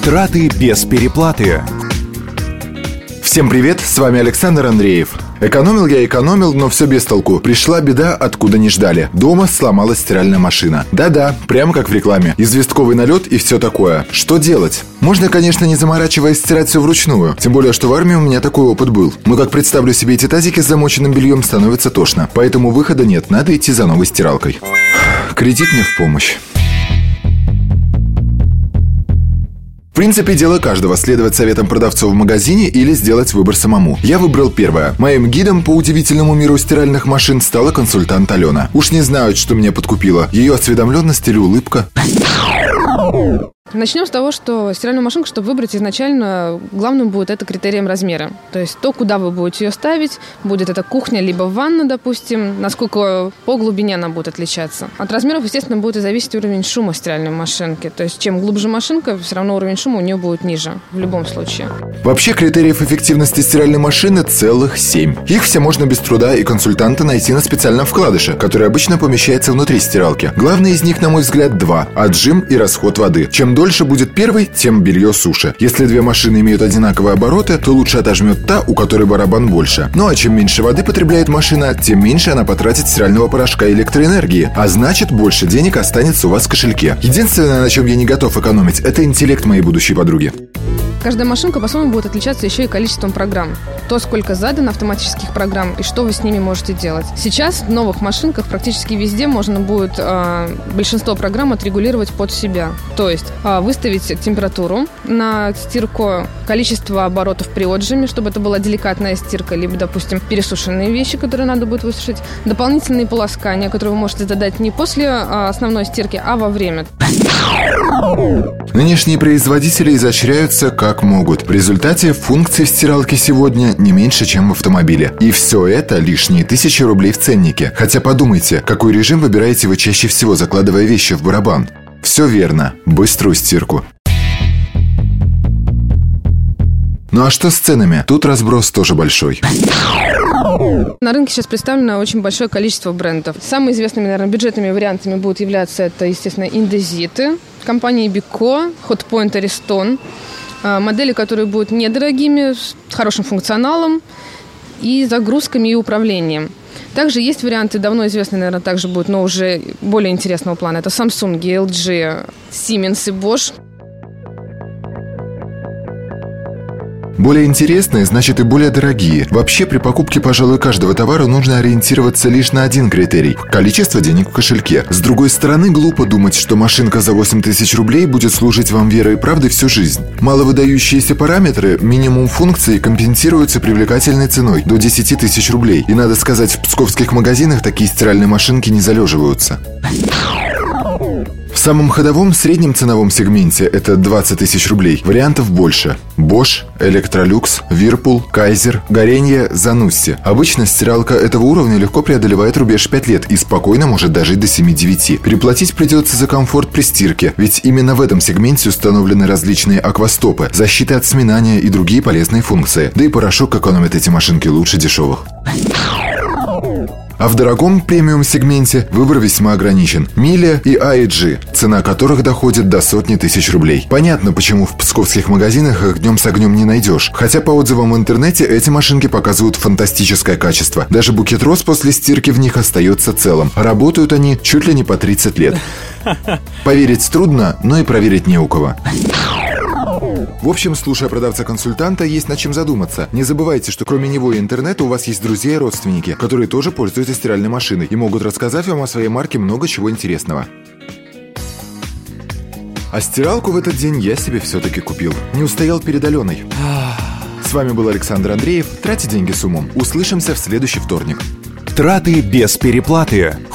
Траты без переплаты. Всем привет, с вами Александр Андреев. Экономил я, но все без толку. Пришла беда, откуда не ждали. Дома сломалась стиральная машина. Да-да, прямо как в рекламе. Известковый налет и все такое. Что делать? Можно, конечно, не заморачиваясь, стирать все вручную. Тем более, что в армии у меня такой опыт был. Но как представлю себе эти тазики с замоченным бельем, становится тошно. Поэтому выхода нет, надо идти за новой стиралкой. Кредит мне в помощь. В принципе, дело каждого – следовать советам продавцов в магазине или сделать выбор самому. Я выбрал первое. Моим гидом по удивительному миру стиральных машин стала консультант Алена. Уж не знаю, что меня подкупило. Ее осведомленность или улыбка. Начнем с того, что стиральную машинку, чтобы выбрать изначально, главным будет это критерием размера. То есть то, куда вы будете ее ставить, будет это кухня, либо ванна, допустим, насколько по глубине она будет отличаться. От размеров, естественно, будет и зависеть уровень шума стиральной машинки. То есть чем глубже машинка, все равно уровень шума у нее будет ниже, в любом случае. Вообще, критериев эффективности стиральной машины целых 7. Их все можно без труда и консультанта найти на специальном вкладыше, который обычно помещается внутри стиралки. Главное из них, на мой взгляд, 2 – отжим и расход воды. Чем дольше будет первый, тем белье суше. Если две машины имеют одинаковые обороты, то лучше отожмет та, у которой барабан больше. Ну а чем меньше воды потребляет машина, тем меньше она потратит стирального порошка и электроэнергии. А значит, больше денег останется у вас в кошельке. Единственное, на чем я не готов экономить, это интеллект моей будущей подруги. Каждая машинка по-своему будет отличаться еще и количеством программ. То, сколько задано автоматических программ и что вы с ними можете делать. Сейчас в новых машинках практически везде можно будет большинство программ отрегулировать под себя. То есть выставить температуру на стирку, количество оборотов при отжиме, чтобы это была деликатная стирка, либо, допустим, пересушенные вещи, которые надо будет высушить, дополнительные полоскания, которые вы можете задать не после основной стирки, а во время. Нынешние производители изощряются как могут. В результате функций в стиралке сегодня не меньше, чем в автомобиле. И все это лишние 1000 рублей в ценнике. Хотя подумайте, какой режим выбираете вы чаще всего, закладывая вещи в барабан? Все верно. Быструю стирку. Ну а что с ценами? Тут разброс тоже большой. На рынке сейчас представлено очень большое количество брендов. Самыми известными, наверное, бюджетными вариантами будут являться это, естественно, Индезиты, компании Beko, Hotpoint, Ariston. Модели, которые будут недорогими, с хорошим функционалом и загрузками и управлением. Также есть варианты, давно известные, наверное, также будут, но уже более интересного плана. Это Samsung, LG, Siemens и Bosch. Более интересные, значит и более дорогие. Вообще, при покупке, пожалуй, каждого товара нужно ориентироваться лишь на один критерий – количество денег в кошельке. С другой стороны, глупо думать, что машинка за 8000 рублей будет служить вам верой и правдой всю жизнь. Маловыдающиеся параметры, минимум функций компенсируются привлекательной ценой – до 10 тысяч рублей. И надо сказать, в псковских магазинах такие стиральные машинки не залеживаются. В самом ходовом среднем ценовом сегменте, это 20 тысяч рублей, вариантов больше. Bosch, Electrolux, Whirlpool, Kaiser, Горенье, Zanussi. Обычно стиралка этого уровня легко преодолевает рубеж 5 лет и спокойно может дожить до 7-9. Переплатить придется за комфорт при стирке, ведь именно в этом сегменте установлены различные аквастопы, защита от сминания и другие полезные функции. Да и порошок экономит эти машинки лучше дешевых. А в дорогом премиум-сегменте выбор весьма ограничен. Miele и AEG, цена которых доходит до сотни тысяч рублей. Понятно, почему в псковских магазинах их днем с огнем не найдешь. Хотя по отзывам в интернете эти машинки показывают фантастическое качество. Даже букет роз после стирки в них остается целым. Работают они чуть ли не по 30 лет. Поверить трудно, но и проверить не у кого. В общем, слушая продавца-консультанта, есть над чем задуматься. Не забывайте, что кроме него и интернета у вас есть друзья и родственники, которые тоже пользуются стиральной машиной и могут рассказать вам о своей марке много чего интересного. А стиралку в этот день я себе все-таки купил. Не устоял перед Аленой. С вами был Александр Андреев. Тратьте деньги с умом. Услышимся в следующий вторник. Траты без переплаты.